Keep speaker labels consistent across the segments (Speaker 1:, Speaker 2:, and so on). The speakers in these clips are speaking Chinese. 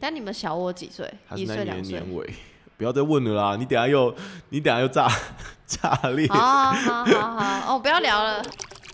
Speaker 1: 但你们小我几岁？1岁2岁？
Speaker 2: 他是那年年尾。不要再问了啦，你等下又炸裂。
Speaker 1: 好，不要聊了。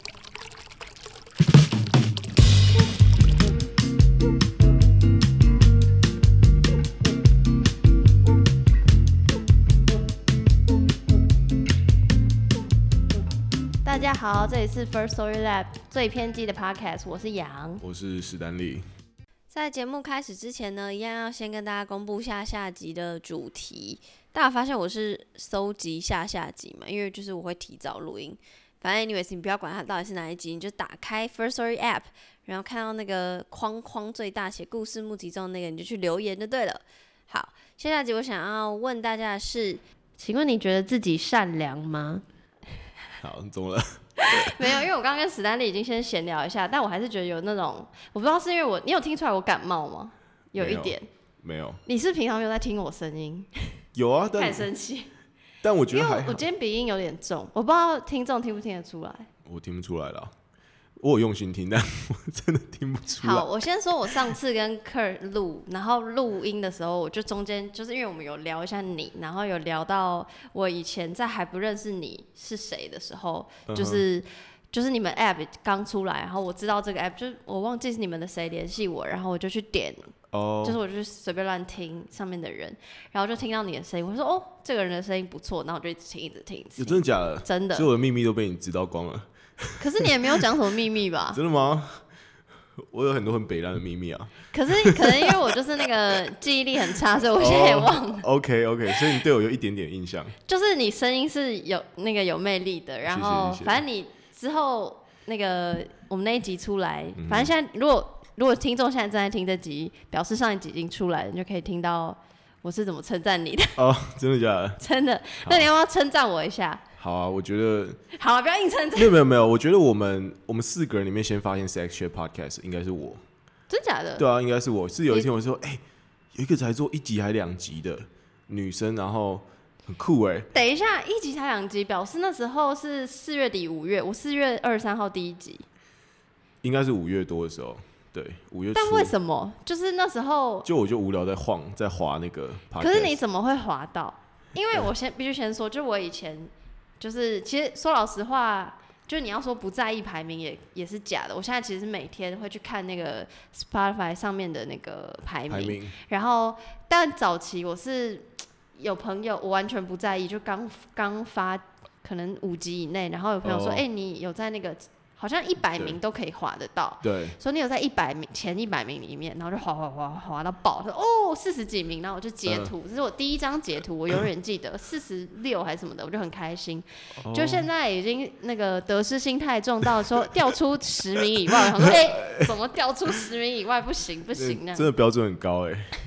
Speaker 1: 大家好，这里是 First Story Lab 最偏激的 Podcast， 我是杨，
Speaker 2: 我是史丹利。
Speaker 1: 在节目开始之前呢，一样要先跟大家公布下集的主题。大家发现我是搜集下集嘛，因为就是我会提早录音。反正 anyways， 你不要管它到底是哪一集，你就打开 First Story App， 然后看到那个框最大写故事目集中那个，你就去留言就对了。好，下集我想要问大家的是，请问你觉得自己善良吗？
Speaker 2: 好，中了。
Speaker 1: 没有，因为我刚刚跟史丹利已经先闲聊一下，但我还是觉得有那种，我不知道是因为你有听出来我感冒吗？有一点。
Speaker 2: 没有。
Speaker 1: 你是平常没有在听我声音？
Speaker 2: 有啊，但
Speaker 1: 太生气。
Speaker 2: 但我觉得还好，
Speaker 1: 因为我今天鼻音有点重，我不知道听众听不听得出来。
Speaker 2: 我听不出来啦，我有用心听，但我真的听不出来。
Speaker 1: 好，我先说，我上次跟 Kurt 录，然后录音的时候，我就中间就是因为我们有聊一下你，然后有聊到我以前在还不认识你是谁的时候，就是你们 app 刚出来，然后我知道这个 app， 就是我忘记是你们的谁联系我，然后我就去点，就是我就随便乱听上面的人，然后就听到你的声音，我说哦，这个人的声音不错，然后我就一直听。有
Speaker 2: 真的假的？
Speaker 1: 真的。
Speaker 2: 所以我的秘密都被你知道光了。
Speaker 1: 可是你也没有讲什么秘密吧？
Speaker 2: 真的吗？我有很多很北烂的秘密啊。
Speaker 1: 可能因为我就是那个记忆力很差，所以我现在也忘了。
Speaker 2: OK， 所以你对我有一点点印象。
Speaker 1: 就是你声音是有魅力的，然后反正你之后那个我们那一集出来，反正现在如果听众现在正在听这集，表示上一集已经出来了，你就可以听到我是怎么称赞你的。
Speaker 2: 哦，真的假的？
Speaker 1: 真的。那你要不要称赞我一下？
Speaker 2: 好啊，我觉得
Speaker 1: 好啊，不要硬称赞。
Speaker 2: 没有，我觉得我们4个人里面先发现 Sex Chat Podcast 应该是我。
Speaker 1: 真假的？
Speaker 2: 对啊，应该是我。是有一天我说，有一个才做1集还2集的女生，然后很酷哎。
Speaker 1: 等一下，1集才2集，表示那时候是4月底5月，我4月23号第1集，应
Speaker 2: 该是5月多的时候。对，5月初。
Speaker 1: 但为什么？就是那时候，
Speaker 2: 我就无聊在滑那个 podcast。
Speaker 1: 可是你怎么会滑到？因为我必须先说，就我以前就是其实说老实话，就你要说不在意排名也是假的。我现在其实每天会去看那个 Spotify 上面的那个排名，然后但早期我是有朋友我完全不在意，就刚发可能5集以内，然后有朋友说，你有在那个。好像100名都可以滑得到，
Speaker 2: 对，
Speaker 1: 所以你有在前100名里面，然后就滑到爆，说哦40几名，然后我就截图，这是我第一张截图，我永远记得46还是什么的，我就很开心。就现在已经那个得失心太重到说掉出10名以外，我想说怎么掉出10名以外不行那样，
Speaker 2: 真的标准很高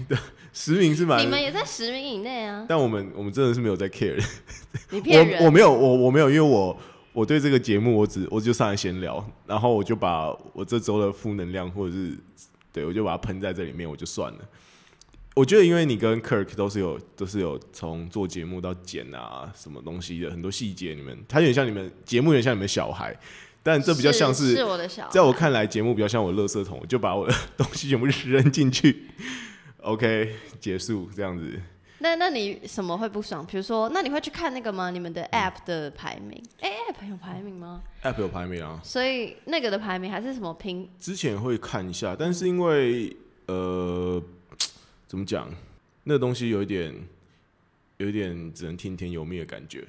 Speaker 2: 10名是
Speaker 1: 你们也在10名以内啊，
Speaker 2: 但我们真的是没有在 care。
Speaker 1: 你骗人，
Speaker 2: 我没有，因为我对这个节目我就上来闲聊，然后我就把我这周的负能量或者是对我就把它喷在这里面，我就算了。我觉得因为你跟 Kirk 都是有从做节目到剪啊什么东西的很多细节，他有点像你们节目，有点像你们小孩，但这比较像是
Speaker 1: 我的小孩。
Speaker 2: 在我看来，节目比较像我的垃圾桶，我就把我的东西全部扔进去。OK， 结束这样子。
Speaker 1: 那你什么会不爽？比如说，那你会去看那个吗？你们的 App 的排名？App 有排名吗
Speaker 2: ？App 有排名啊。所
Speaker 1: 以那个的排名还是什么评？
Speaker 2: 之前会看一下，但是因为怎么讲，那个东西有一点只能听天由命的感觉。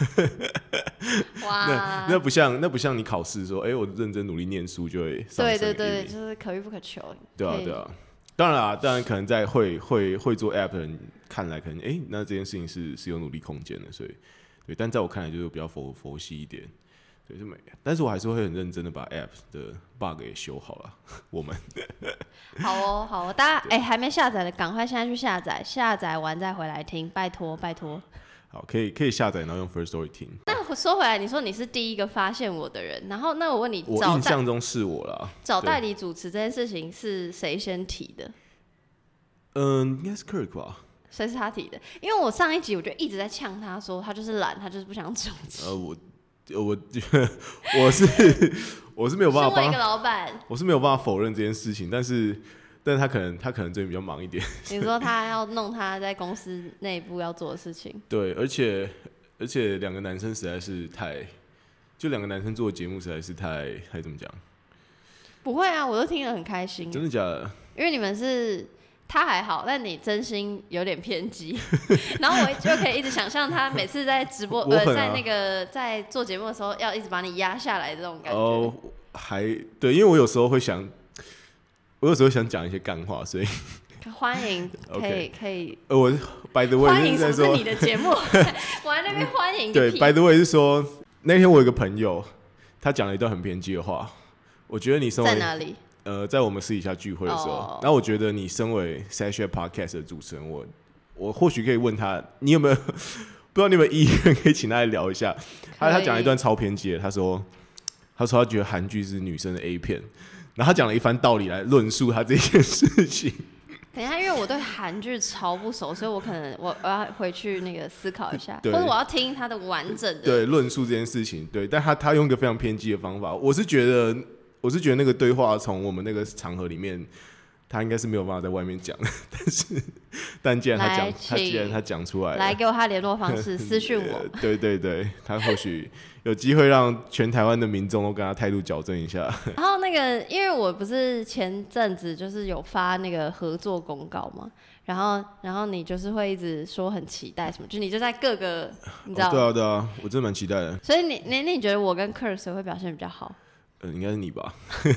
Speaker 1: 哇，
Speaker 2: 那不像你考试说，我认真努力念书就会上升。
Speaker 1: 对，就是可遇不可求。
Speaker 2: 对啊。当然可能在会做 app 的人看来，可能那这件事情是有努力空间的，所以对，但在我看来就是比较佛系一点，对，是没。但是我还是会很认真的把 app 的 bug 给修好了。我们
Speaker 1: 好哦，大家还没下载的，赶快现在去下载，下载完再回来听，拜托。
Speaker 2: 好，可以下载，然后用 First Story 听。
Speaker 1: 那说回来，你说你是第一个发现我的人，然后那我问你，
Speaker 2: 我印象中是我啦。
Speaker 1: 找代理主持这件事情是谁先提的？
Speaker 2: 应该是 Kirk 吧。
Speaker 1: 谁是他提的？因为我上一集我就一直在呛他说他就是懒，他就是不想主持。
Speaker 2: 我是没有办法
Speaker 1: 身为一个老板，
Speaker 2: 我是没有办法否认这件事情，但是但是他可能最近比较忙一点。
Speaker 1: 你说他要弄他在公司内部要做的事情。
Speaker 2: 对，而且两个男生实在是就两个男生做的节目实在是太怎么讲？
Speaker 1: 不会啊，我都听得很开心。
Speaker 2: 真的假的？
Speaker 1: 因为你们是他还好，但你真心有点偏激，然后我就可以一直想象他每次在直播在那个在做节目的时候，要一直把你压下来的这种感觉。
Speaker 2: 哦，对，因为我有时候想讲一些干话，所以
Speaker 1: 欢迎可以。
Speaker 2: 我 by the way
Speaker 1: 欢迎
Speaker 2: 是在说
Speaker 1: 是你的节目，我在那边欢迎个屁。
Speaker 2: 对 by the way 是说那天我有一个朋友，他讲了一段很偏激的话，我觉得你身为
Speaker 1: 在哪里？
Speaker 2: 在我们私底下聚会的时候，然后我觉得你身为 Sasha Podcast 的主持人，我或许可以问他，你有没有不知道你有没有意愿可以请他来聊一下？他讲了一段超偏激的，他说他觉得韩剧是女生的 A 片，然后他讲了一番道理来论述他这件事情。
Speaker 1: 等一下，因为我对韩剧超不熟，所以我要回去那个思考一下，或者我要听他的完整的
Speaker 2: 对论述这件事情。对，但他用一个非常偏激的方法，我是觉得那个对话从我们那个场合里面，他应该是没有办法在外面讲的。但既然他讲出来了，
Speaker 1: 来给我他联络方式，私讯我。
Speaker 2: 对，他或许有机会让全台湾的民众都跟他态度矫正一下。
Speaker 1: 然后那个，因为我不是前阵子就是有发那个合作公告嘛，然后你就是会一直说很期待什么，就你就在各个你知道、
Speaker 2: 对啊，我真的蛮期待的。
Speaker 1: 所以你觉得我跟 Kurt 谁会表现比较好？
Speaker 2: 应该是你吧。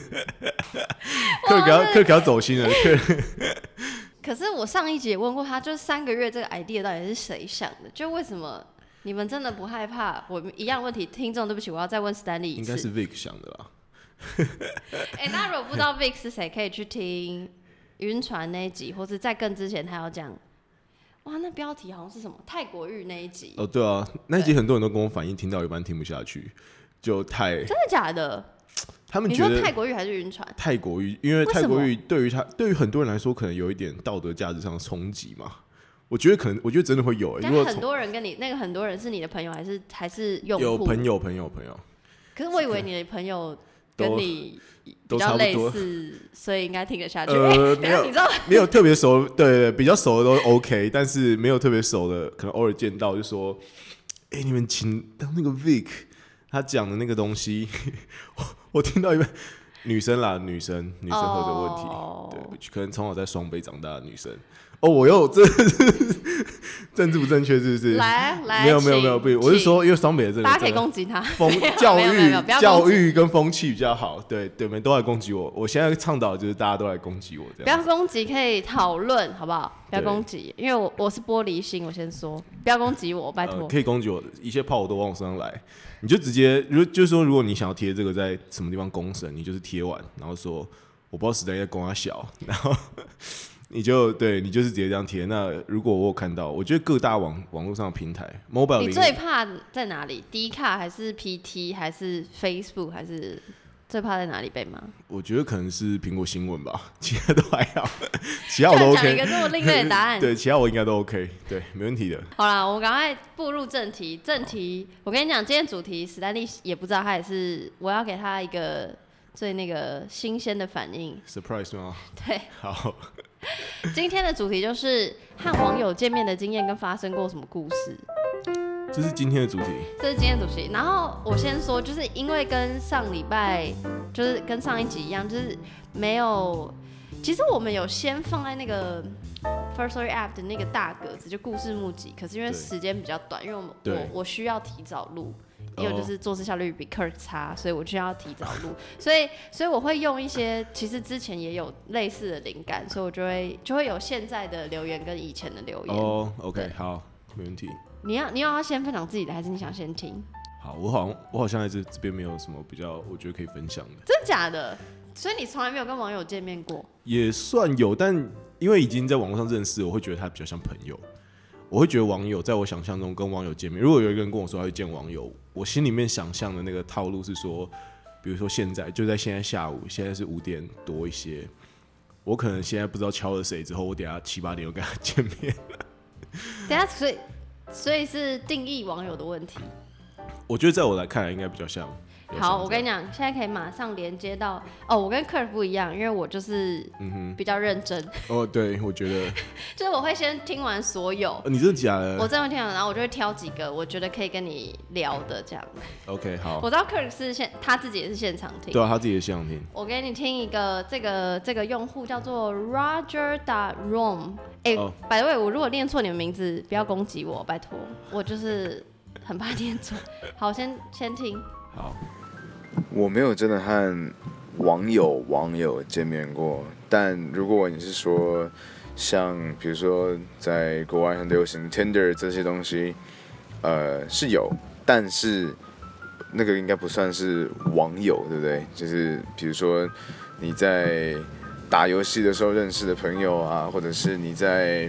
Speaker 2: 克要走心了。
Speaker 1: 可是我上一集也问过他，就是3个月这个 idea 到底是谁想的？就为什么你们真的不害怕？我一样的问题，听众对不起，我要再问 Stanley 一次。
Speaker 2: 应该是 Vic 想的啦。
Speaker 1: 那如果不知道 Vic 是谁，可以去听晕船那一集，或是在更之前他有讲。哇，那标题好像是什么泰国浴那一集。
Speaker 2: 对啊，那一集很多人都跟我反映，听到一半听不下去，就太
Speaker 1: 真的假的？
Speaker 2: 他们觉得
Speaker 1: 你说泰国浴还是晕船？
Speaker 2: 泰国浴，因为泰国浴对于很多人来说，可能有一点道德价值上的冲击嘛。我觉得真的会有。
Speaker 1: 但很多人跟你那个很多人是你的朋友还是用户？
Speaker 2: 有朋友。
Speaker 1: 可是我以为你的朋友跟你比较类似，所以应该听得下去。
Speaker 2: 没有特别熟，对，比较熟的都 OK， 但是没有特别熟的，可能偶尔见到就说，你们请当那个 Vic 他讲的那个东西，我听到一半女生喝的问题，对，可能从小在双北长大的女生。我又这政治不正确是不是？
Speaker 1: 来，
Speaker 2: 没有，我是说，因为双北的这个
Speaker 1: 大家可以攻击他，
Speaker 2: 教育跟风气比较好，对，你们都来攻击我。我现在倡导就是大家都来攻击我，这样。
Speaker 1: 不要攻击，可以讨论，好不好？不要攻击，因为我是玻璃心，我先说，不要攻击我，拜托。
Speaker 2: 可以攻击我，一切炮我都往我身上来。你就直接，就是说，如果你想要贴这个在什么地方公审，你就是贴完，然后说我不知道时代在公他小，然后。你就是直接这样贴。那如果我有看到，我觉得各大网络上的平台 ，mobile，
Speaker 1: 你最怕在哪里？Dcard 还是 PT 还是 Facebook 还是最怕在哪里被骂？
Speaker 2: 我觉得可能是苹果新闻吧，其他都还好，其他我都 OK。
Speaker 1: 讲一个这么另类的答案，
Speaker 2: 对，其他我应该都 OK， 对，没问题的。
Speaker 1: 好啦，我们赶快步入正题。我跟你讲，今天主题史丹利也不知道，他也是我要给他一个最那个新鲜的反应
Speaker 2: ，surprise 吗？
Speaker 1: 对，
Speaker 2: 好。
Speaker 1: 今天的主题就是和网友见面的经验跟发生过什么故事。
Speaker 2: 这是今天的主题。
Speaker 1: 这是今天的主题。然后我先说，就是因为跟上礼拜，就是跟上一集一样，就是没有。其实我们有先放在那个 Firstory App 的那个大格子，就故事募集。可是因为时间比较短，因为我需要提早录。因为我就是做事效率比 Kurt 差，所以我就要提早录，所以我会用一些其实之前也有类似的灵感，所以我就会有现在的留言跟以前的留言。
Speaker 2: OK， 好，没问题。
Speaker 1: 你要先分享自己的，还是你想先听？
Speaker 2: 好，我好像在这边没有什么比较，我觉得可以分享的。
Speaker 1: 真的假的？所以你从来没有跟网友见面过？
Speaker 2: 也算有，但因为已经在网络上认识，我会觉得他比较像朋友。我会觉得网友在我想象中跟网友见面，如果有一个人跟我说他会见网友，我心里面想象的那个套路是说，比如说现在下午，现在是5点多一些，我可能现在不知道敲了谁之后，我等一下7、8点又跟他见面。
Speaker 1: 等一下，所以是定义网友的问题。
Speaker 2: 我觉得在我来看来应该比较像。
Speaker 1: 好，我跟你讲，现在可以马上连接到我跟 Kirk 不一样，因为我就是比较认真。
Speaker 2: 对，我觉得
Speaker 1: 就是我会先听完所有。
Speaker 2: 你真的假的？
Speaker 1: 我真的会听完，然后我就会挑几个我觉得可以跟你聊的这样。
Speaker 2: OK， 好。
Speaker 1: 我知道 Kirk 是他自己也是现场听。
Speaker 2: 对啊，他自己也现场听。我
Speaker 1: 给你听一个，这个用户叫做 Roger.rom。by the way， 我如果念错你们名字，不要攻击我，拜托，我就是很怕念错。好，先听。
Speaker 2: 好。
Speaker 3: 我没有真的和网友见面过，但如果你是说像比如说在国外很流行 Tinder 这些东西，是有，但是那个应该不算是网友，对不对？就是比如说你在打游戏的时候认识的朋友啊，或者是你在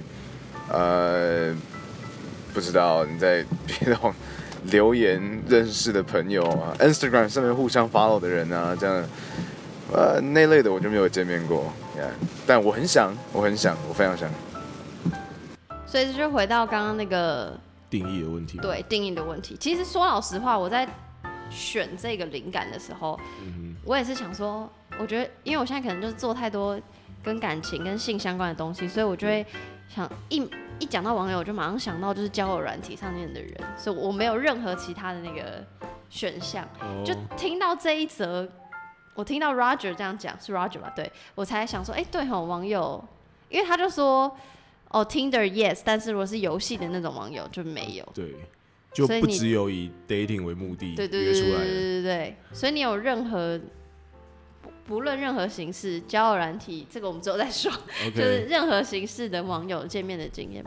Speaker 3: 不知道你在别的留言认识的朋友啊 ，Instagram 上面互相 follow 的人啊，这样，那类的我就没有见面过，但我很想，我非常想。
Speaker 1: 所以这就回到刚刚那个
Speaker 2: 定义的问题。
Speaker 1: 对，定义的问题。其实说老实话，我在选这个灵感的时候，我也是想说，我觉得，因为我现在可能就是做太多跟感情、跟性相关的东西，所以我就会想一讲到网友，我就马上想到就是交友软体上面的人，所以我没有任何其他的那个选项。就听到这一则，我听到 Roger 这样讲，是 Roger 吧？对，我才想说，对吼，网友，因为他就说，Tinder yes， 但是如果是游戏的那种网友就没有。
Speaker 2: 对，就不只有以 dating 为目的约出来的。
Speaker 1: 对，所以你有任何不论任何形式交友软体，这个我们之后再说。就是任何形式的网友见面的经验吗？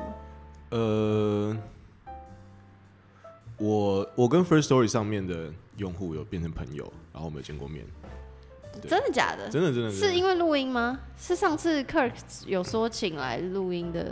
Speaker 2: 我跟 First Story 上面的用户有变成朋友，然后我们有见过面。
Speaker 1: 真的假的？
Speaker 2: 真的。
Speaker 1: 是因为录音吗？是上次 Kirk 有说请来录音的。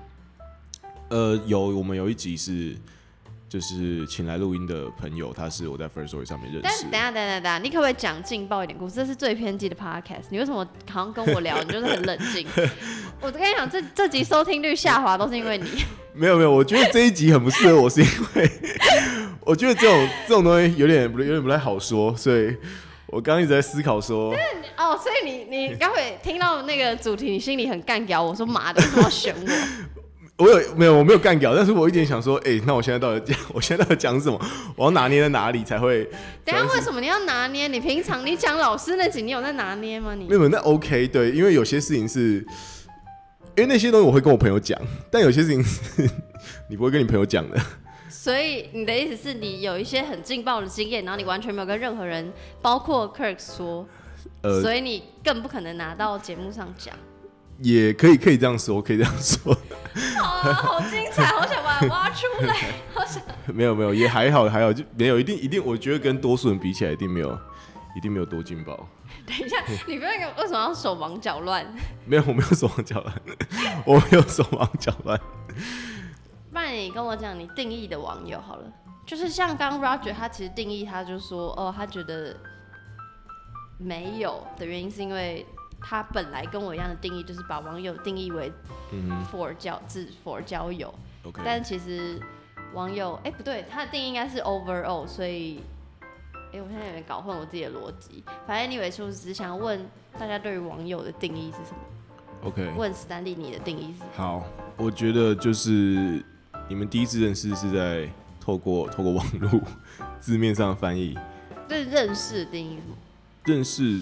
Speaker 2: 我们有一集是就是请来录音的朋友，他是我在 First Story 上面认识的。
Speaker 1: 但等一下，你可不可以讲劲爆一点故事？这是最偏激的 podcast， 你为什么好像跟我聊，你就是很冷静？我跟你讲，这集收听率下滑都是因为你。
Speaker 2: 没有，我觉得这一集很不适合我，是因为我觉得这种东西有点不太好说，所以我刚刚一直在思考说。
Speaker 1: 所以你刚会听到那个主题，你心里很干掉我说妈的，为什么要选我？
Speaker 2: 我没有干掉，但是我一点想说，那我现在到底讲什么？我要拿捏在哪里才会？
Speaker 1: 等一下为什么你要拿捏？你平常你讲老师那集，你有在拿捏吗？你
Speaker 2: 没有，那 OK， 对，因为有些事情是，因为那些东西我会跟我朋友讲，但有些事情是你不会跟你朋友讲的。
Speaker 1: 所以你的意思是你有一些很劲爆的经验，然后你完全没有跟任何人，包括 Kirk 说，所以你更不可能拿到节目上讲。
Speaker 2: 也可以这样说，可以这样说。
Speaker 1: 好精彩，好想把它挖出来，好想。
Speaker 2: 没有，也还好，就没有一定，我觉得跟多数人比起来，一定没有多劲爆。
Speaker 1: 等一下，你不要为什么要手忙脚乱？
Speaker 2: 没有，我没有手忙脚乱，我没有手忙脚乱。
Speaker 1: 不然你跟我讲你定义的网友好了，就是像刚 Roger 他其实定义他就说，他觉得没有的原因是因为。他本来跟我一样的定义，就是把网友定义为 for 交友，
Speaker 2: okay.
Speaker 1: 但其实网友不对，他的定义应该是 overall， 所以我现在有点搞混我自己的逻辑。反正 anyway， 我只想问大家对于网友的定义是什么
Speaker 2: ？OK，
Speaker 1: 问史丹利你的定义是什么？
Speaker 2: 好，我觉得就是你们第一次认识是在透过网络字面上的翻译。
Speaker 1: 对认识的定义是什么？
Speaker 2: 认识。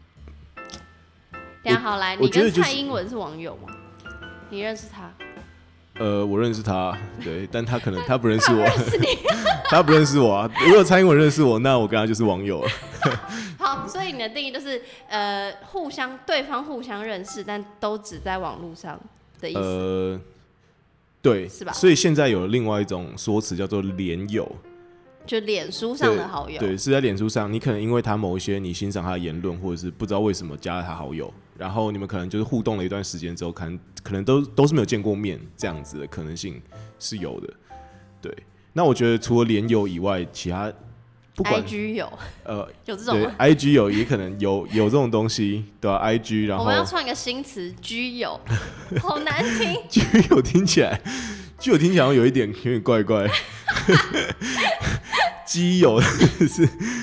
Speaker 1: 等一下好来，你跟蔡英文是网友吗？你认识他？
Speaker 2: 我认识他，对，但他可能他不认识我，
Speaker 1: 他不认识你，
Speaker 2: 他不认识我啊。如果蔡英文认识我，那我跟他就是网友了。
Speaker 1: 好，所以你的定义就是对方互相认识，但都只在网络上的意思。
Speaker 2: 对，
Speaker 1: 是吧？
Speaker 2: 所以现在有另外一种说辞叫做连友。
Speaker 1: 就脸书上的好友，
Speaker 2: 对，是在脸书上，你可能因为他某一些你欣赏他的言论，或者是不知道为什么加了他好友，然后你们可能就是互动了一段时间之后，可能都是没有见过面，这样子的可能性是有的。对，那我觉得除了连友以外，其他不管
Speaker 1: IG 有有这
Speaker 2: 种吗？对 ，IG 有也可能有这种东西，对吧？IG 然后
Speaker 1: 我们要创一个新词，居友，好难听。
Speaker 2: 居友听起来好像有点怪怪。基友是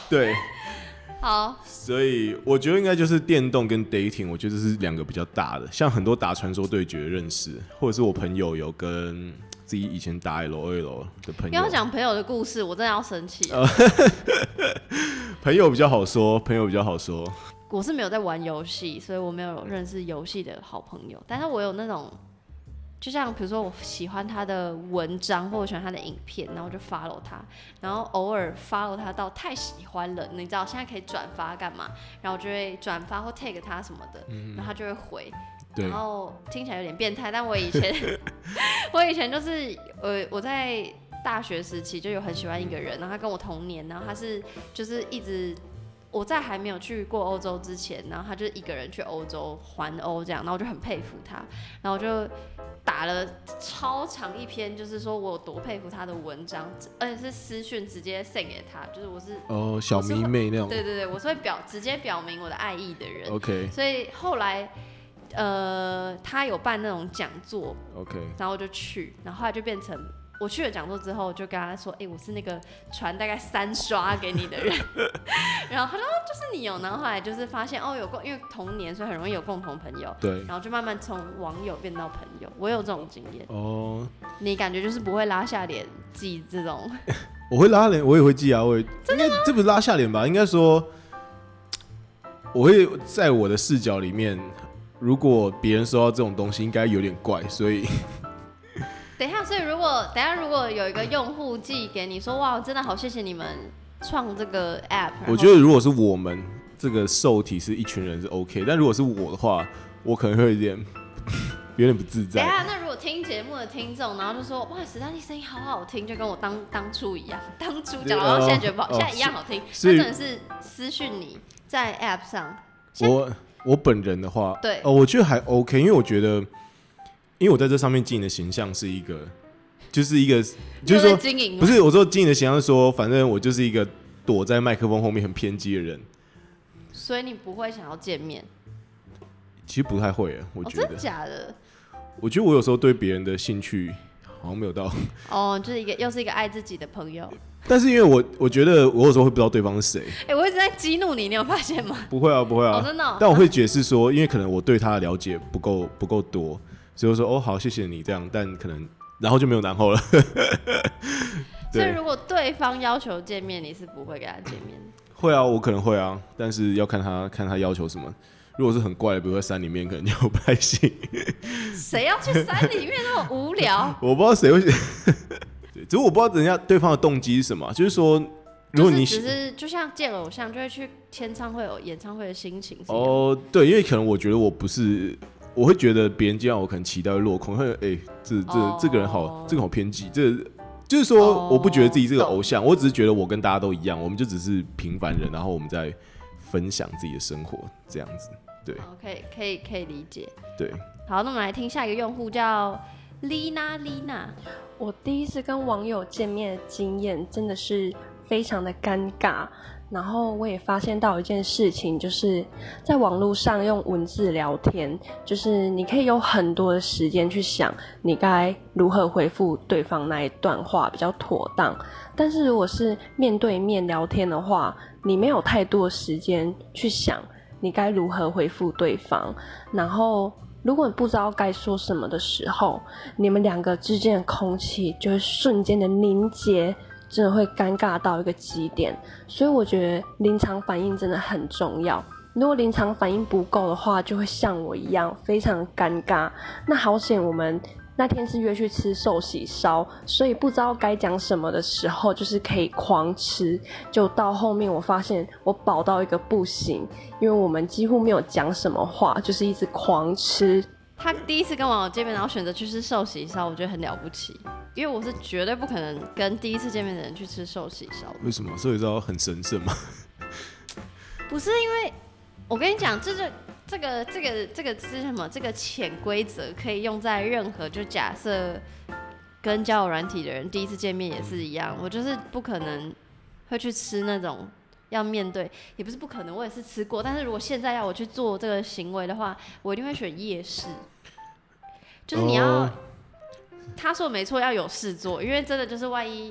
Speaker 2: 对，
Speaker 1: 好，
Speaker 2: 所以我觉得应该就是电动跟 dating， 我觉得这是两个比较大的。像很多打传说对决认识，或者是我朋友有跟自己以前打 LOL 的朋友。
Speaker 1: 要讲朋友的故事，我真的要生气了。
Speaker 2: 朋友比较好说，朋友比较好说。
Speaker 1: 我是没有在玩游戏，所以我没有认识游戏的好朋友。但是我有那种，就像比如说我喜欢他的文章，或者喜欢他的影片，然后我就 follow 他，然后偶尔 follow 他到太喜欢了，你知道现在可以转发干嘛？然后我就会转发或 tag 他什么的，然后他就会回。然后听起来有点变态，但我以前我以前就是我在大学时期就有很喜欢一个人，然后他跟我同年，然后他是就是一直我在还没有去过欧洲之前，然后他就是一个人去欧洲环欧这样，然后我就很佩服他，然后我就打了超长一篇，就是说我有多佩服他的文章，而且是私讯直接 send 给他，就是我是
Speaker 2: 小迷妹那种。
Speaker 1: 对对对，我是会直接表明我的爱意的人。
Speaker 2: OK，
Speaker 1: 所以后来他有办那种讲座
Speaker 2: ，OK，
Speaker 1: 然后我就去，然后后来就变成我去了讲座之后，就跟他说，我是那个传大概3刷给你的人，然后他说就是你有，然后后来就是发现因为同年，所以很容易有共同朋友，
Speaker 2: 对，
Speaker 1: 然后就慢慢从网友变到朋友，我有这种经验。
Speaker 2: 哦，
Speaker 1: 你感觉就是不会拉下脸记这种？
Speaker 2: 我会拉脸，我也会记啊，应该这不是拉下脸吧？应该说，我会在我的视角里面。如果别人收到这种东西，应该有点怪，所以
Speaker 1: 等一下，所以如果有一个用户寄给你说，哇，真的好谢谢你们创这个 app，
Speaker 2: 我觉得如果是我们这个受体是一群人是 OK， 但如果是我的话，我可能会有点不自在。
Speaker 1: 等一下，那如果听节目的听众，然后就说，哇，史丹利声音好好听，就跟我当初一样，当初讲，然后现在觉得不好，现在一样好听，那真的是私讯你在 app 上。
Speaker 2: 我本人的话，
Speaker 1: 对，
Speaker 2: 我觉得还 OK， 因为我觉得，因为我在这上面经营的形象是一个，就是说，不是我说经营的形象是说，反正我就是一个躲在麦克风后面很偏激的人，
Speaker 1: 所以你不会想要见面？
Speaker 2: 其实不太会耶，我觉得。
Speaker 1: 真的假的？
Speaker 2: 我觉得我有时候对别人的兴趣好像没有到。
Speaker 1: 就是又是一个爱自己的朋友。
Speaker 2: 但是因为我觉得我有时候会不知道对方是谁。
Speaker 1: 我一直在激怒你，你有发现吗？
Speaker 2: 不会啊，不会啊，
Speaker 1: 真的哦。
Speaker 2: 但我会解释说，因为可能我对他的了解不够多，所以我说好，谢谢你这样，但可能然后就没有然后了。
Speaker 1: 所以如果对方要求见面，你是不会跟他见面？
Speaker 2: 会啊，我可能会啊，但是要看他要求什么。如果是很怪的，比如在山里面，可能就不太行。
Speaker 1: 谁要去山里面那么无聊？
Speaker 2: 我不知道谁会。只是我不知道人家对方的动机是什么，就是说，如果你
Speaker 1: 只是就像见偶像，就会去签唱会有演唱会的心情。
Speaker 2: 对，因为可能我觉得我不是，我会觉得别人见到我可能期待会落空，会这个人好，这个好偏激，就是说我不觉得自己是个偶像，我只是觉得我跟大家都一样，我们就只是平凡人，然后我们在分享自己的生活这样子，对，
Speaker 1: 可以理解，
Speaker 2: 对。
Speaker 1: 好，那我们来听下一个用户叫丽娜。
Speaker 4: 我第一次跟网友见面的经验真的是非常的尴尬，然后我也发现到一件事情，就是在网络上用文字聊天，就是你可以有很多的时间去想你该如何回复对方那一段话比较妥当，但是如果是面对面聊天的话，你没有太多的时间去想你该如何回复对方，然后如果你不知道该说什么的时候，你们两个之间的空气就会瞬间的凝结，真的会尴尬到一个极点。所以我觉得临场反应真的很重要，如果临场反应不够的话，就会像我一样非常尴尬。那好险我们那天是约去吃寿喜烧，所以不知道该讲什么的时候就是可以狂吃，就到后面我发现我饱到一个不行，因为我们几乎没有讲什么话，就是一直狂吃。
Speaker 1: 他第一次跟网友见面，然后选择去吃寿喜烧，我觉得很了不起，因为我是绝对不可能跟第一次见面的人去吃寿喜烧。
Speaker 2: 为什么？寿喜烧很神圣吗？
Speaker 1: 不是，因为我跟你讲，这个是什么？这个潜规则可以用在任何，就假设跟交友软体的人第一次见面也是一样，我就是不可能会去吃那种要面对，也不是不可能，我也是吃过。但是如果现在要我去做这个行为的话，我一定会选夜市，就是你要，他说没错，要有事做，因为真的就是万一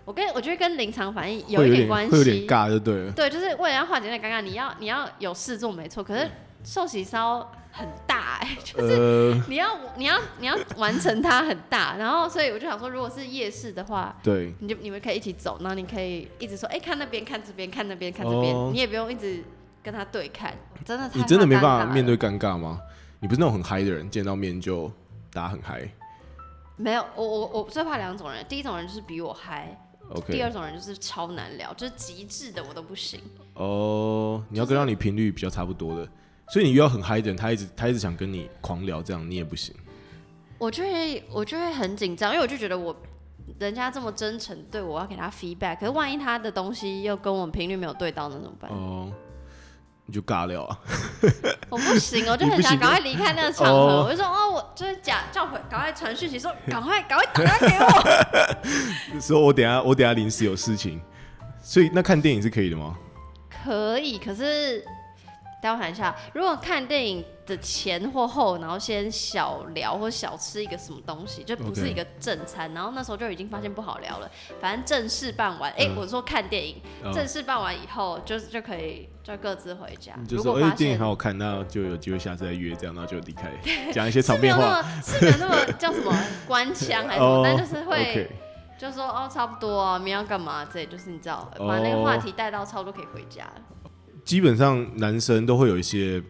Speaker 1: 我觉得跟临场反应
Speaker 2: 会
Speaker 1: 一点关系，
Speaker 2: 会有点尬就对了。
Speaker 1: 对，就是为了要化解那尴尬，你要有事做没错，可是寿喜烧很大就是你要完成它很大，然后所以我就想说，如果是夜市的话，
Speaker 2: 对，
Speaker 1: 你们可以一起走，然后你可以一直说，看那边，看这边，看那边，看这边，你也不用一直跟他对看，真的太
Speaker 2: 你真的没办法
Speaker 1: 了
Speaker 2: 面对尴尬吗？你不是那种很嗨的人，见到面就大家很嗨。
Speaker 1: 没有，我最怕2种人，第一种人就是比我嗨。
Speaker 2: OK，
Speaker 1: 第2种人就是超难聊，就是极致的我都不行。
Speaker 2: 你要跟让你频率比较差不多的，所以你遇到很嗨的人，他一直想跟你狂聊，这样你也不行。
Speaker 1: 我就会很紧张，因为我就觉得人家这么真诚对我，要给他 feedback， 可是万一他的东西又跟我们频率没有对到，那怎么办？
Speaker 2: 你就尬聊啊！
Speaker 1: 我不行，我就很想赶快离开那个场合，我就说我就是叫赶快传讯息说赶快打电话给我。
Speaker 2: 说我等一下临时有事情，所以那看电影是可以的吗？
Speaker 1: 可以，可是待会想一下，如果看电影的前或后，然后先小聊或小吃一个什么东西，就不是一个正餐，然后那时候就已经发现不好聊了。反正正事办完，我说看电影，正事办完以后就可以就各自回家。
Speaker 2: 就说电影很好看，那就有机会下次再约，这样然后就离开，讲一些场面话。
Speaker 1: 是没有那么叫什么官腔还是什么，但就是会。就说差不多啊，明天要干嘛？这就是你知道，把那个话题带到差不多可以回家了。
Speaker 2: 基本上男生都会有一些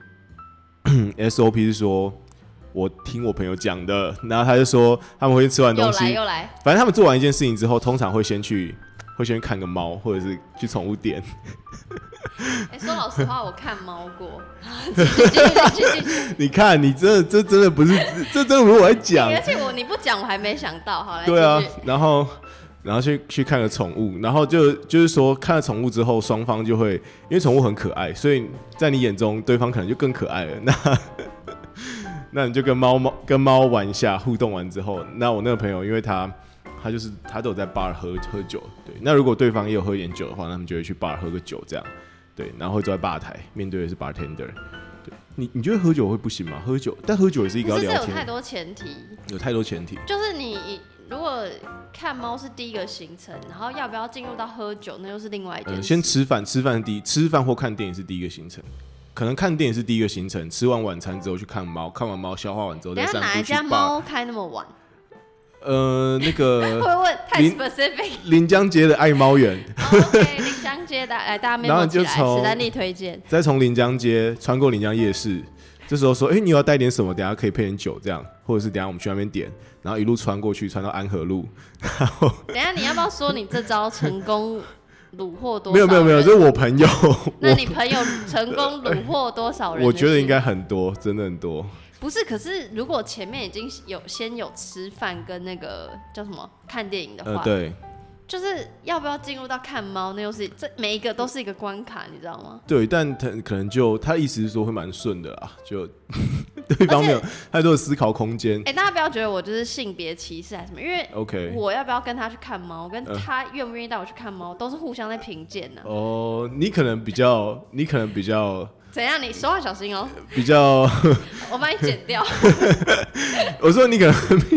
Speaker 2: SOP， 是说我听我朋友讲的，然后他就说他们会吃完东西，
Speaker 1: 又来，
Speaker 2: 反正他们做完一件事情之后，通常会先去看个猫，或者是去宠物店。
Speaker 1: 说老实话，我看猫过。
Speaker 2: 你看，你这真的不是，这真的不是我在讲。
Speaker 1: 而且你不讲，我还没想到。好，来
Speaker 2: 对啊，然后去看个宠物，然后就是说看了宠物之后，双方就会因为宠物很可爱，所以在你眼中对方可能就更可爱了。那你就跟猫玩一下，互动完之后，那我那个朋友因为他都有在 bar 喝酒，对。那如果对方也有喝一点酒的话，那他们就会去 bar 喝个酒这样，对。然后会坐在吧台，面对的是 bartender。对，你觉得喝酒会不行吗？但喝酒也是一个要聊天。
Speaker 1: 有太多前提。
Speaker 2: 有太多前提。
Speaker 1: 就是你如果看猫是第一个行程，然后要不要进入到喝酒，那又是另外一件事。
Speaker 2: 先吃饭或看电影是第一个行程。可能看电影是第一个行程，吃完晚餐之后去看猫，看完猫消化完之后再散步去 bar。
Speaker 1: 哪一家猫开那么晚？
Speaker 2: 那个
Speaker 1: 会问太 specific。
Speaker 2: 临江街的爱猫园。
Speaker 1: OK， 临江街的，来大家 memo 起来，史丹利推荐。
Speaker 2: 再从临江街穿过临江夜市，这时候说，你要带点什么？等一下可以配点酒这样，或者是等一下我们去那边点，然后一路穿过去，穿到安和路。
Speaker 1: 等一下你要不要说你这招成功虏获多少人？
Speaker 2: 没有，这是我朋友。
Speaker 1: 那你朋友成功虏获多少人？
Speaker 2: 我觉得应该很多，真的很多。
Speaker 1: 不是，可是如果前面已经先有吃饭跟那个叫什么看电影的话，
Speaker 2: 对，
Speaker 1: 就是要不要进入到看猫，那又是这每一个都是一个关卡，你知道吗？
Speaker 2: 对，但可能他意思是说会蛮顺的啦，就对方没有太多的思考空间。
Speaker 1: 大家不要觉得我就是性别歧视还是什么，因为
Speaker 2: OK，
Speaker 1: 我要不要跟他去看猫，跟他愿不愿意带我去看猫，都是互相在评鉴呢。
Speaker 2: 你可能比较。
Speaker 1: 怎样？你说话小心哦。
Speaker 2: 比较，
Speaker 1: 我帮你剪掉。
Speaker 2: 我说你可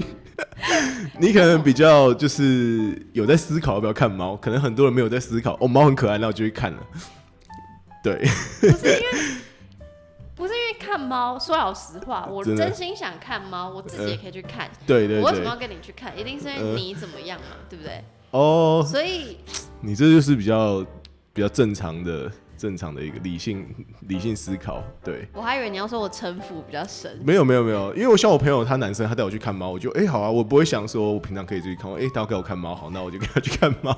Speaker 2: 能比较就是有在思考要不要看猫，可能很多人没有在思考。猫很可爱，那我就去看了。对，
Speaker 1: 不是因为看猫。说老实话，我真心想看猫，我自己也可以去看。
Speaker 2: 对，
Speaker 1: 我为什么要跟你去看？一定是因为你怎么样嘛，对不对？所以
Speaker 2: 你这就是比较正常的一个理性思考，对。
Speaker 1: 我还以为你要说我城府比较深。
Speaker 2: 没有，因为我像我朋友他男生，他带我去看猫，我就好啊，我不会想说我平常可以自己看猫，他要给我看猫，好，那我就跟他去看猫。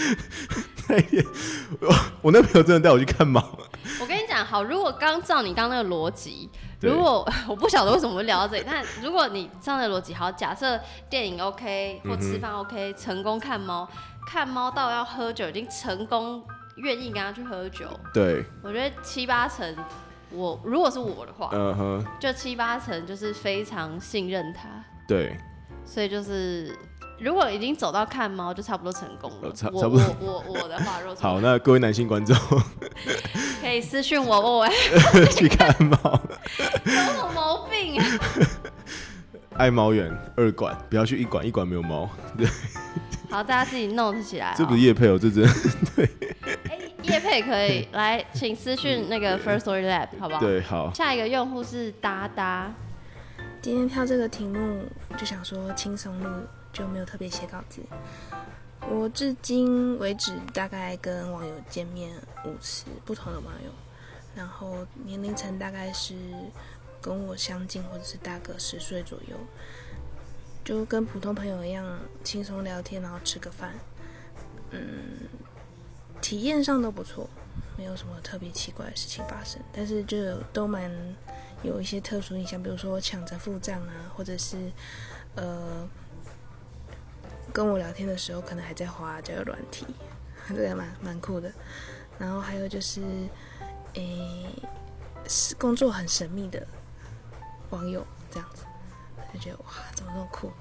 Speaker 2: 我那朋友真的带我去看猫。
Speaker 1: 我跟你讲，好，如果照你刚那个逻辑，如果我不晓得为什么会聊到这里，但如果你这样的逻辑，好，假设电影 OK 或吃饭 OK，成功看猫到要喝酒，已经成功。愿意跟他去喝酒，
Speaker 2: 对，
Speaker 1: 我觉得7-8成，如果是我的话，就7-8成就是非常信任他，
Speaker 2: 对，
Speaker 1: 所以就是如果已经走到看猫，就差不多成功了。
Speaker 2: 差不多。
Speaker 1: 我的话，
Speaker 2: 好，那各位男性观众
Speaker 1: 可以私讯我，问我
Speaker 2: 去看猫，
Speaker 1: 有什么毛病啊？
Speaker 2: 爱猫园2馆，不要去1馆，1馆没有猫。对。
Speaker 1: 好，大家自己 note 起来、哦。
Speaker 2: 这不是业配哦，这真的对。
Speaker 1: 业配可以来，请私讯那个 First Story Lab 好不好？
Speaker 2: 对，好。
Speaker 1: 下一个用户是达达。
Speaker 5: 今天挑这个题目就想说轻松录，就没有特别写稿子。我至今为止大概跟网友见面5次，不同的网友，然后年龄层大概是跟我相近或者是大个10岁左右，就跟普通朋友一样轻松聊天，然后吃个饭。体验上都不错，没有什么特别奇怪的事情发生，但是就都蛮有一些特殊印象，比如说抢着付账啊，或者是跟我聊天的时候可能还在滑交友软体，这个蛮酷的。然后还有就是工作很神秘的网友这样子，就觉得哇，怎么那么酷，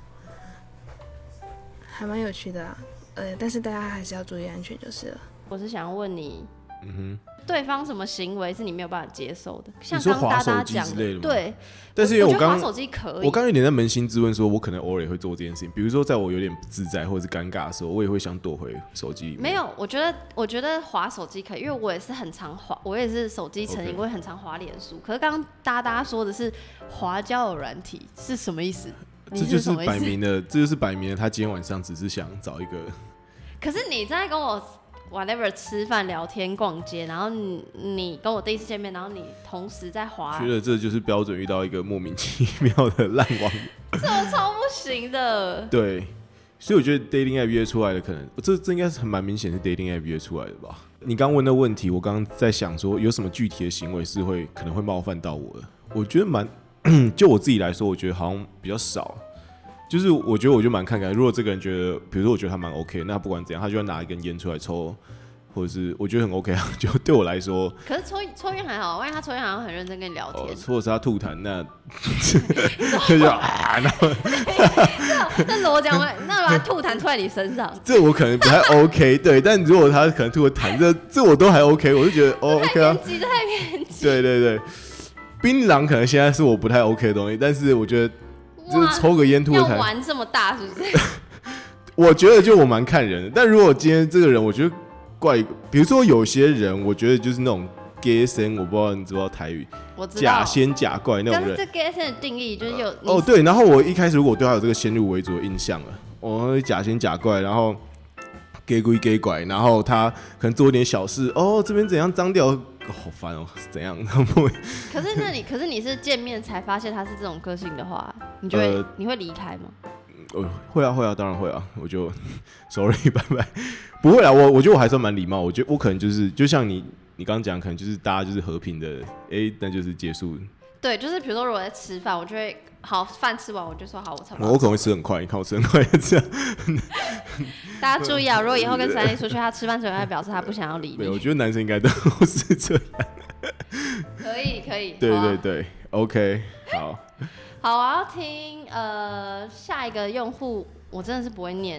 Speaker 5: 还蛮有趣的啊。但是大家还是要注意安全就是了。
Speaker 1: 我是想问你，对方什么行为是你没有办法接受的？像
Speaker 2: 你说
Speaker 1: 刚刚
Speaker 2: 滑手机
Speaker 1: 大家讲
Speaker 2: 之类的吗？
Speaker 1: 对。
Speaker 2: 但是因为我刚
Speaker 1: 滑手机可以，
Speaker 2: 我刚有点在扪心自问，说我可能偶尔也会做这件事情，比如说在我有点不自在或者是尴尬的时候，我也会想躲回手机里面。
Speaker 1: 没有，我觉得滑手机可以，因为我也是很常滑，我也是手机成瘾，
Speaker 2: Okay.
Speaker 1: 我也很常滑脸书。可是刚刚大家说的是滑交友软体是什么意思？
Speaker 2: 这就是摆明的，他今天晚上只是想找一个。
Speaker 1: 可是你在跟我 whatever 吃饭、聊天、逛街，然后你跟我第一次见面，然后你同时在滑，
Speaker 2: 觉得这就是标准遇到一个莫名其妙的烂网友，
Speaker 1: 这我超不行的。
Speaker 2: 对，所以我觉得 dating app 约出来的可能，这应该是蛮明显是 dating app 约出来的吧？你刚问的问题，我刚刚在想说有什么具体的行为是可能会冒犯到我的？我觉得就我自己来说，我觉得好像比较少。就是我觉得我就蛮看感，如果这个人觉得，比如说我觉得他蛮 OK， 那不管怎样，他就要拿一根烟出来抽，或者是我觉得很 OK 啊，就对我来说。
Speaker 1: 可是抽烟还好，万一他抽烟好像很认真跟你聊天，
Speaker 2: 或者是他吐痰，那就啊，
Speaker 1: 那罗讲完，那把吐痰吐在你身上，
Speaker 2: 这我可能不太 OK， 对。但如果他可能吐个痰，这我都还 OK， 我就觉得哦 OK 啊，
Speaker 1: 这太偏激。
Speaker 2: 对对对，槟榔可能现在是我不太 OK 的东西，但是我觉得就是抽个烟吐个痰，
Speaker 1: 要玩这么大是不是？
Speaker 2: 我觉得就我蛮看人的，但如果今天这个人，我觉得怪，比如说有些人，我觉得就是那种 gay 森，我不知道你知不知道台语，
Speaker 1: 我知道
Speaker 2: 假仙假怪那种人。
Speaker 1: 但是这 gay 森的定义就是有
Speaker 2: 哦对，然后我一开始如果对他有这个先入为主的印象了，我假仙假怪，然后 gay 归 gay 拐，然后他可能做一点小事，哦这边怎样脏掉。好烦哦，怎样？
Speaker 1: 可是你是见面才发现他是这种个性的话，你会离开吗？
Speaker 2: 会啊，当然会啊，我就 sorry 拜拜，不会啦，我觉得我还算蛮礼貌，我觉得我可能就是就像你刚刚讲，可能就是大家就是和平的，那就是结束。
Speaker 1: 对，就是比如说如果在吃饭，我就会好饭吃完我就说好，我差不多。
Speaker 2: 我可能会吃很快，你看我吃很快这样。
Speaker 1: 大家注意啊，如果以后跟3A出去，他吃饭时候表示他不想要理你。
Speaker 2: 没有，我觉得男生应该都是这样。
Speaker 1: 可以。
Speaker 2: 对对对 ，OK， 好。
Speaker 1: 好，我要听下一个用户，我真的是不会念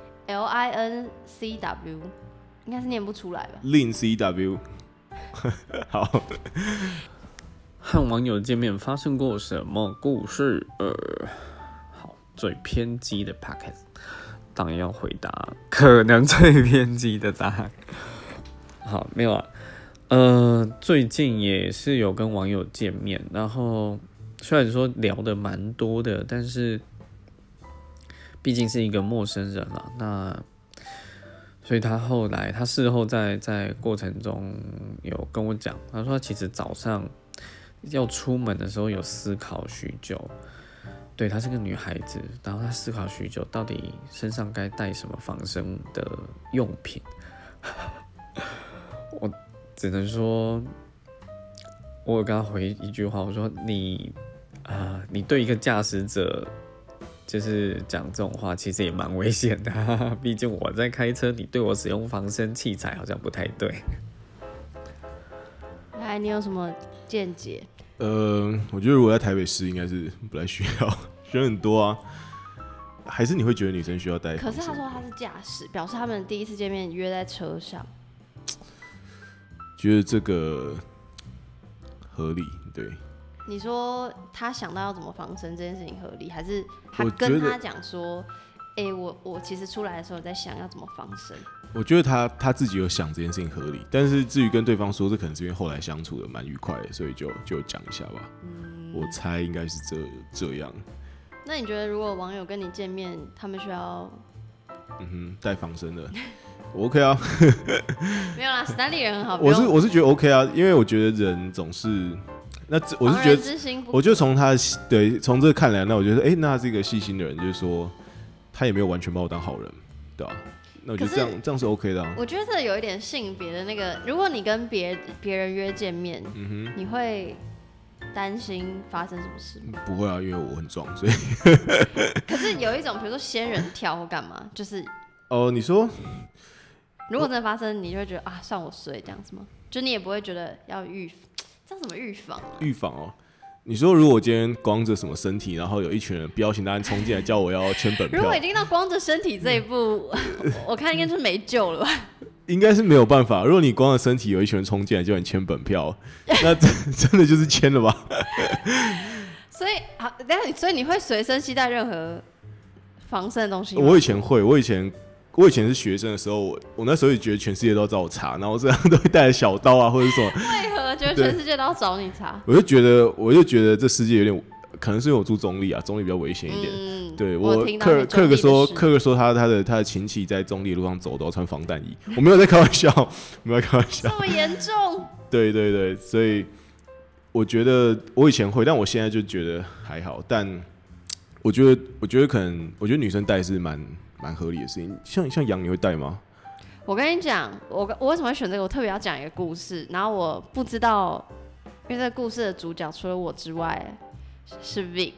Speaker 1: LINCW， 应该是念不出来吧
Speaker 2: ？LINCW， 好。
Speaker 6: 和网友见面发生过什么故事？好，最偏激的 podcast， 当然要回答可能最偏激的答案。好，没有啊。最近也是有跟网友见面，然后虽然说聊得蛮多的，但是毕竟是一个陌生人啦，那所以他事后在过程中有跟我讲，他说他其实早上要出门的时候有思考许久，对，她是个女孩子，然后她思考许久，到底身上该带什么防身的用品。我只能说，我有跟她回一句话，我说你对一个驾驶者就是讲这种话，其实也蛮危险的，毕竟我在开车，你对我使用防身器材好像不太对。
Speaker 1: 来，你有什么见解？
Speaker 2: 我觉得如果在台北市，应该是不太需要，人很多啊。还是你会觉得女生需要带？
Speaker 1: 可是他说他是驾驶，表示他们第一次见面约在车上。
Speaker 2: 觉得这个合理，对。
Speaker 1: 你说他想到要怎么防身这件事情合理，还是他跟他讲说我其实出来的时候在想要怎么放生。
Speaker 2: 我觉得他自己有想这件事情合理，但是至于跟对方说，这可能是因为后来相处的蛮愉快的，所以就讲一下吧。我猜应该是这样。
Speaker 1: 那你觉得如果网友跟你见面，他们需要
Speaker 2: 带防身的，我 OK 啊。
Speaker 1: 没有啦，史丹利人很好。
Speaker 2: 我是觉得 OK 啊，因为我觉得人总是。那我是觉得，我就从从这个看来，那我觉得，那他是一个细心的人，就是说他也没有完全把我当好人，对吧？那我觉得这样是 OK 的啊。
Speaker 1: 我觉得这有一点性别的那个，如果你跟别人约见面，你会担心发生什么事吗？
Speaker 2: 不会啊，因为我很壮，所以。
Speaker 1: 可是有一种，比如说仙人跳或干嘛，就是
Speaker 2: 你说，
Speaker 1: 如果真的发生，你就会觉得啊，算我衰这样子吗？就你也不会觉得要这样怎么预防啊？
Speaker 2: 预防哦。你说，如果我今天光着什么身体，然后有一群人彪形大汉冲进来叫我要签本票，
Speaker 1: 如果已经到光着身体这一步，我看应该是没救了吧？
Speaker 2: 应该是没有办法。如果你光着身体有一群人冲进来叫你签本票，那真的就是签了吧？
Speaker 1: 所以你会随身携带任何防身的东西吗？
Speaker 2: 我以前会，我以前是学生的时候，我那时候也觉得全世界都要找我查，然后我这样都会带着小刀啊，或者什么。
Speaker 1: 为何觉得全世界都要找你查？
Speaker 2: 我就觉得这世界有点，可能是因为我住中立啊，中立比较危险一点。对克克说他的亲戚在中立路上走都要穿防弹衣，我没有在开玩笑，没有在开玩笑。
Speaker 1: 这么严重？
Speaker 2: 对，所以我觉得我以前会，但我现在就觉得还好。但我觉得可能，我觉得女生戴是蛮合理的事情。像羊你会戴吗？
Speaker 1: 我跟你讲，我为什么会选这个？我特别要讲一个故事，然后我不知道，因为这个故事的主角除了我之外是 Vic。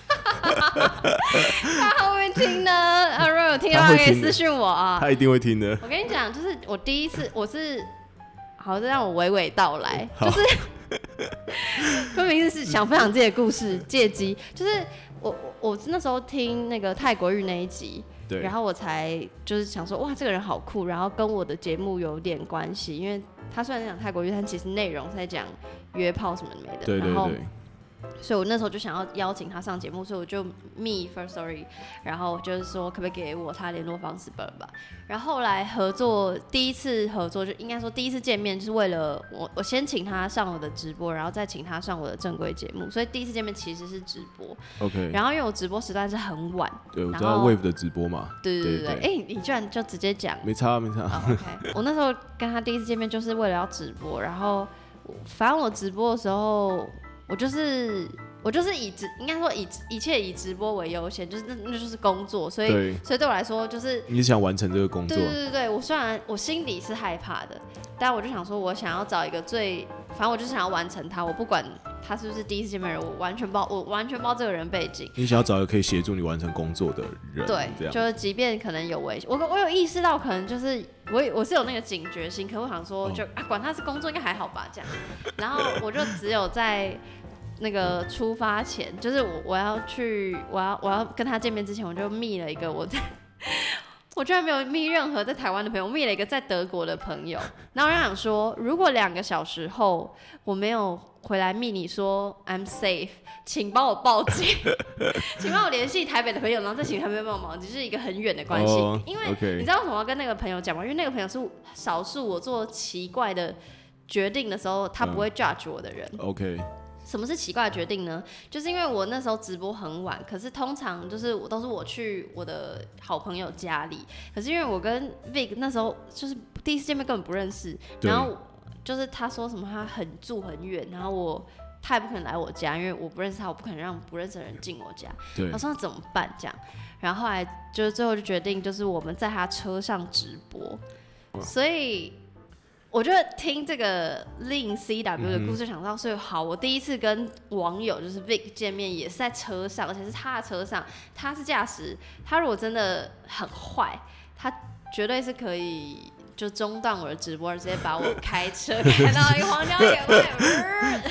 Speaker 1: 他会不会听呢？如果有听的话，可以私讯我啊。
Speaker 2: 他一定会听的。
Speaker 1: 我跟你讲，就是我第一次，好，让我娓娓道来，就是分明是想分享自己的故事，借机就是我那时候听那个泰国语那一集。
Speaker 2: 对，
Speaker 1: 然后我才就是想说，哇，这个人好酷，然后跟我的节目有点关系，因为他虽然讲泰国语，但其实内容是在讲约炮什么没的。
Speaker 2: 对。
Speaker 1: 所以我那时候就想要邀请他上节目，所以我就密 First Story， 然后就是说可不可以给我他联络方式吧。然后后来第一次合作就应该说第一次见面，就是为了我先请他上我的直播，然后再请他上我的正规节目，所以第一次见面其实是直播。
Speaker 2: OK。
Speaker 1: 然后因为我直播时段是很晚，
Speaker 2: 对，我知道 Wave 的直播嘛。
Speaker 1: 对，你居然就直接讲，
Speaker 2: 没差。
Speaker 1: OK， 我那时候跟他第一次见面就是为了要直播，然后反正我直播的时候。我就是应该说一切以直播为优先，就是那就是工作，所以对我来说就是
Speaker 2: 你想完成这个工作。
Speaker 1: 对，我虽然我心里是害怕的，但我就想说，我想要找一个反正我就想要完成它，我不管他是不是第一次见面人，我完全不知道这个人背景。
Speaker 2: 你想要找一个可以协助你完成工作的人，
Speaker 1: 对，就是即便可能有危险，我有意识到可能就是我是有那个警觉性，可我想说管他是工作应该还好吧这样，然后我就只有在那个出发前，就是我要跟他见面之前，我就密了一个我居然没有密任何在台湾的朋友，我密了一个在德国的朋友，然后我就想说，如果2个小时后我没有回来密你说 I'm safe， 请帮我报警，请帮我联系台北的朋友，然后再请台北帮忙，只是一个很远的关系。因为你知道为什么要跟那个朋友讲吗？因为那个朋友是少数我做奇怪的决定的时候，他不会 judge 我的人。
Speaker 2: OK。
Speaker 1: 什么是奇怪的决定呢？就是因为我那时候直播很晚，可是通常就是都是我去我的好朋友家里，可是因为我跟 Vic 那时候就是第一次见面根本不认识，然后就是他说什么他住很远，然后他也不可能来我家，因为我不认识他，我不可能让不认识的人进我家。我说那怎么办这样？然后后来就是最后就决定就是我们在他车上直播，所以。我觉得听这个 Lin CW 的故事想到，所以好，我第一次跟网友就是 Vic 见面也是在车上，而且是他的车上，他是驾驶，他如果真的很坏，他绝对是可以就中断我的直播，直接把我开车开到一个荒郊野外。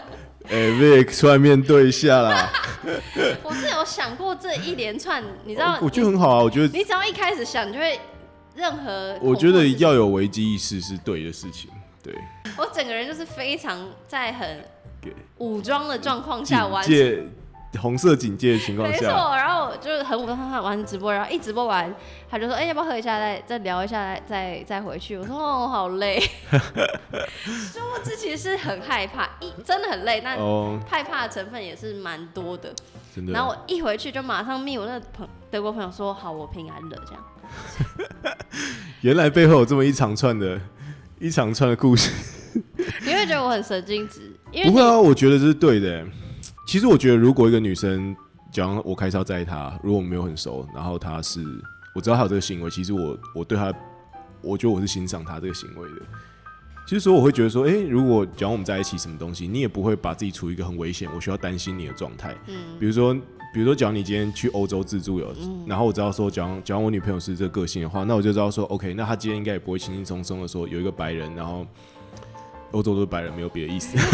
Speaker 2: Vic 出来面对一下啦。
Speaker 1: 我是有想过这一连串，你知道，
Speaker 2: 我觉得很好啊，我觉得
Speaker 1: 你只要一开始想，你就会。任何
Speaker 2: 我觉得要有危机意识是对的事情。对，
Speaker 1: 我整个人就是非常在很武装的状况下完成。
Speaker 2: 红色警戒的情况
Speaker 1: 没错，
Speaker 2: 下，
Speaker 1: 然后我就很晚上玩直播，然后一直播完，他就说：“要不要喝一下，再聊一下，再回去。”我说：“哦，好累。”就我自己是很害怕，真的很累，但害怕的成分也是蛮多的。
Speaker 2: 真的。
Speaker 1: 然后我一回去就马上密我那个德国朋友说：“好，我平安了。”这样。
Speaker 2: 原来背后有这么一长串的故事。
Speaker 1: 你会觉得我很神经质？因为
Speaker 2: 不会啊，我觉得这是对的。其实我觉得，如果一个女生，假如我开车载她，如果我们没有很熟，然后她是我知道她有这个行为，其实我对她，我觉得我是欣赏她这个行为的。其实说我会觉得说，如果假如我们在一起什么东西，你也不会把自己处于一个很危险，我需要担心你的状态。比如说，假如你今天去欧洲自助游，然后我知道说，假如我女朋友是这个个性的话，那我就知道说 ，OK， 那她今天应该也不会轻轻松松的说有一个白人，然后欧洲都是白人，没有别的意思。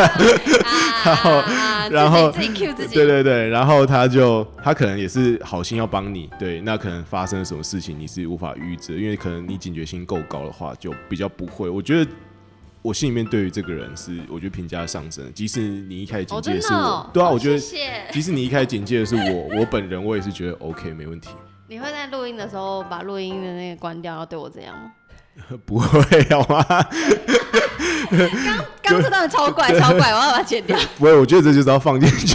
Speaker 2: 然后
Speaker 1: 自己 cue 自己，
Speaker 2: 对，然后他可能也是好心要帮你，对，那可能发生了什么事情你是无法预知的，因为可能你警觉性够高的话，就比较不会。我觉得我心里面对于这个人是，我觉得评价上升，即使你一开始警戒的是我，对啊，我觉得即使你一开始警戒的是我本人，我也是觉得 OK 没问题。
Speaker 1: 你会在录音的时候把录音的那个关掉，然后对我这样吗？
Speaker 2: 不会好吗？
Speaker 1: 刚这段超怪，我要把它剪掉。
Speaker 2: 不会，我觉得这就是要放进去。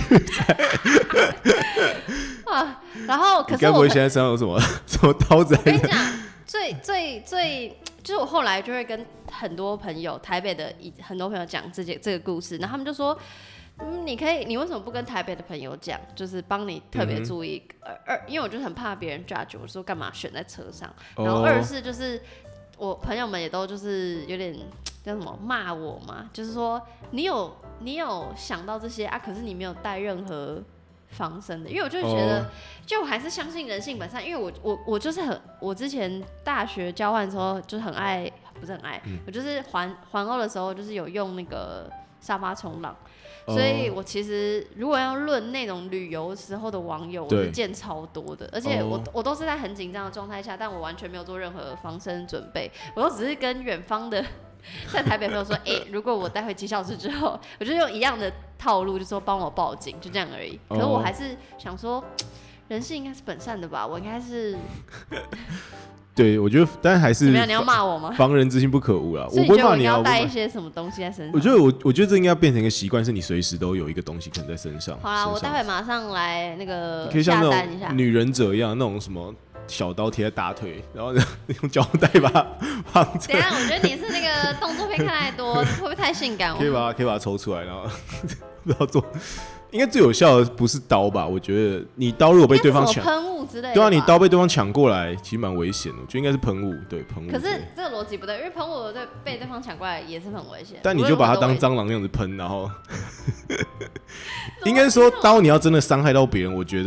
Speaker 1: 然后可是
Speaker 2: 该不会现在身上有什么刀子？
Speaker 1: 我跟你讲，最就是我后来就会跟很多朋友，台北的很多朋友讲这个故事，然后他们就说，你为什么不跟台北的朋友讲，就是帮你特别注意？因为我就很怕别人 judge 我说干嘛选在车上，然后二是就是我朋友们也都就是有点叫什么骂我嘛，就是说你有想到这些啊，可是你没有带任何防身的，因为我就觉得，就我还是相信人性本善，因为我就是我之前大学交换的时候就是很爱，不是很爱，我就是环欧的时候就是有用那个沙发冲浪，所以我其实如果要论那种旅游时候的网友，我是见超多的，而且我都是在很紧张的状态下，但我完全没有做任何防身准备，我都只是跟远方的在台北朋友说，如果我待会几小时之后，我就用一样的套路，就说帮我报警，就这样而已。可是我还是想说，人性应该是本善的吧，我应该是。
Speaker 2: 对，我觉得，但还是
Speaker 1: 怎么样？你要骂我吗？
Speaker 2: 防人之心不可无啦。
Speaker 1: 所以你觉得我应该要带一些什么东西在身上？
Speaker 2: 我觉得这应该要变成一个习惯，是你随时都有一个东西可能在身上。
Speaker 1: 好啦，我待会马上来那个
Speaker 2: 可以像
Speaker 1: 下单一下，
Speaker 2: 女忍者一样，那种什么小刀贴在大腿，然后用胶带把它放着。
Speaker 1: 等一下，我觉得你是那个动作片看太多，会不会太性感？
Speaker 2: 可以把它抽出来，然后不知道做。应该最有效的不是刀吧？我觉得你刀如果被对方抢，
Speaker 1: 喷雾之类的，
Speaker 2: 对啊，你刀被对方抢过来，其实蛮危险的。我觉得应该是喷雾，对喷雾。
Speaker 1: 可是这个逻辑不对，因为喷雾被对方抢过来也是很危险。
Speaker 2: 但你就把它当蟑螂那样子喷，然后应该说刀你要真的伤害到别人，我觉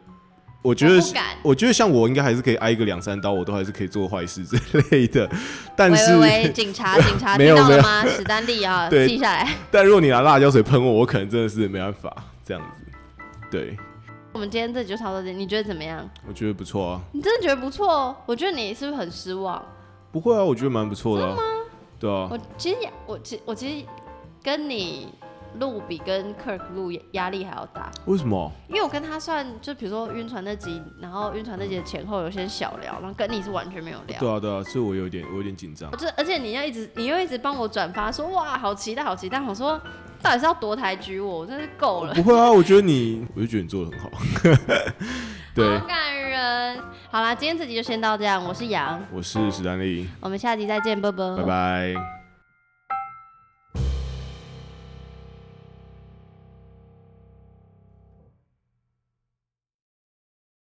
Speaker 2: 得像我应该还是可以挨个2-3刀，我都还是可以做坏事之类的。但是
Speaker 1: 喂，警察，
Speaker 2: 没有
Speaker 1: 听到了吗？史丹利啊，记下来。
Speaker 2: 但如果你拿辣椒水喷我可能真的是没办法这样子。对，
Speaker 1: 我们今天这集就差不多这，你觉得怎么样？
Speaker 2: 我觉得不错啊。
Speaker 1: 你真的觉得不错？我觉得你是不是很失望？
Speaker 2: 不会啊，我觉得蛮不错的啊。
Speaker 1: 真的吗？
Speaker 2: 对啊。
Speaker 1: 我其实跟你录比跟 Kirk 录压力还要大。
Speaker 2: 为什么？
Speaker 1: 因为我跟他算，就比如说晕船那集，然后晕船那集的前后有些小聊，然后跟你是完全没有聊。
Speaker 2: 对啊，所以我有点紧张。
Speaker 1: 而且你又一直帮我转发说哇好期待，我说到底是要夺台举我真是够了。
Speaker 2: 不会啊，我就觉得你做得很好。对，
Speaker 1: 好感人。好啦，今天这集就先到这样，我是杨，
Speaker 2: 我是史丹利，
Speaker 1: 我们下集再见，拜拜，
Speaker 2: 拜拜。